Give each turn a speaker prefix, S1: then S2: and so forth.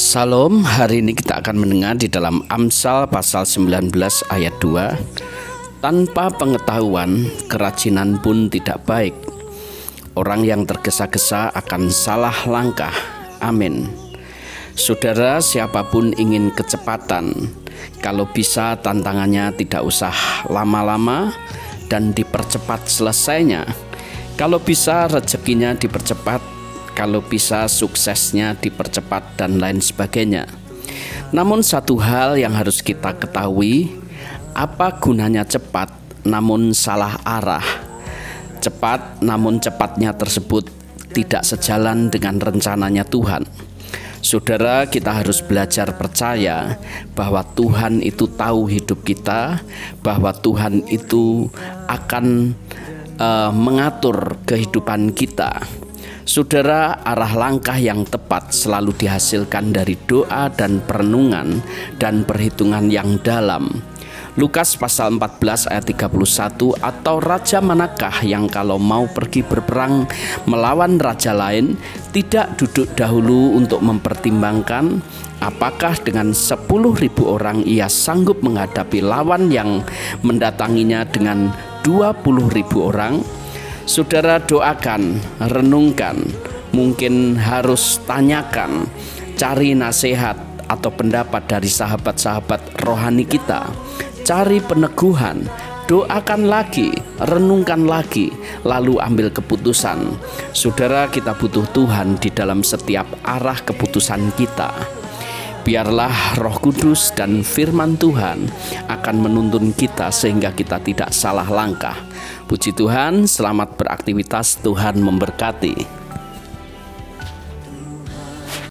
S1: Salam, hari ini kita akan mendengar di dalam Amsal pasal 19 ayat 2. Tanpa pengetahuan, kerajinan pun tidak baik. Orang yang tergesa-gesa akan salah langkah. Amin. Saudara, siapapun ingin kecepatan. Kalau bisa tantangannya tidak usah lama-lama dan dipercepat selesainya. Kalau bisa rezekinya dipercepat, kalau bisa suksesnya dipercepat dan lain sebagainya. Namun satu hal yang harus kita ketahui, apa gunanya cepat namun salah arah? Cepat namun cepatnya tersebut tidak sejalan dengan rencananya Tuhan. Saudara, kita harus belajar percaya bahwa Tuhan itu tahu hidup kita, bahwa Tuhan itu akan mengatur kehidupan kita. Saudara, arah langkah yang tepat selalu dihasilkan dari doa dan perenungan dan perhitungan yang dalam. Lukas pasal 14 ayat 31, atau raja manakah yang kalau mau pergi berperang melawan raja lain tidak duduk dahulu untuk mempertimbangkan apakah dengan 10.000 orang ia sanggup menghadapi lawan yang mendatanginya dengan 20.000 orang? Saudara, doakan, renungkan, mungkin harus tanyakan, cari nasihat atau pendapat dari sahabat-sahabat rohani kita, cari peneguhan, doakan lagi, renungkan lagi, lalu ambil keputusan. Saudara, kita butuh Tuhan di dalam setiap arah keputusan kita. Biarlah Roh Kudus dan firman Tuhan akan menuntun kita sehingga kita tidak salah langkah. Puji Tuhan, selamat beraktivitas, Tuhan memberkati.